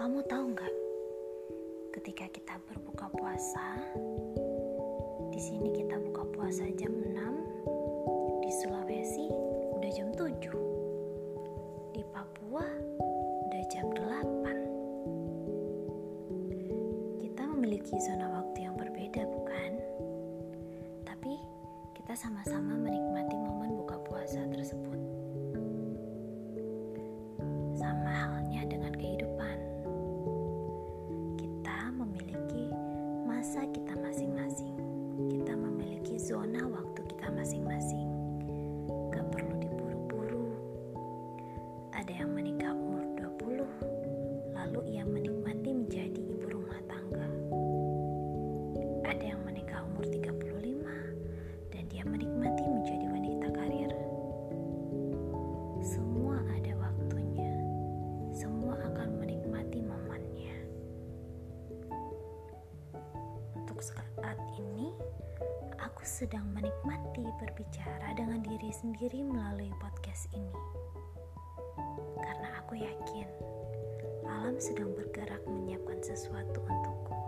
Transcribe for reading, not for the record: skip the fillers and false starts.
Kamu tahu nggak? Ketika kita berbuka puasa, di sini kita buka puasa jam 6, di Sulawesi udah jam 7, di Papua udah jam 8. Kita memiliki zona waktu yang berbeda, bukan? Tapi kita sama-sama menikmati momen buka puasa tersebut. Sama halnya dengan kehidupan. Kita memiliki masa kita masing-masing. Kita memiliki zona waktu kita masing-masing. Gak perlu diburu-buru. Ada yang menikah umur 20, lalu ia menikmati menjadi ibu rumah tangga. Ada yang menikah umur 35, dan dia menikmati menjadi wanita karir. Semua ada waktunya. Semua akan menikmati momennya. Untuk saat ini, aku sedang menikmati berbicara dengan diri sendiri melalui podcast ini. Karena aku yakin, alam sedang bergerak menyiapkan sesuatu untukku.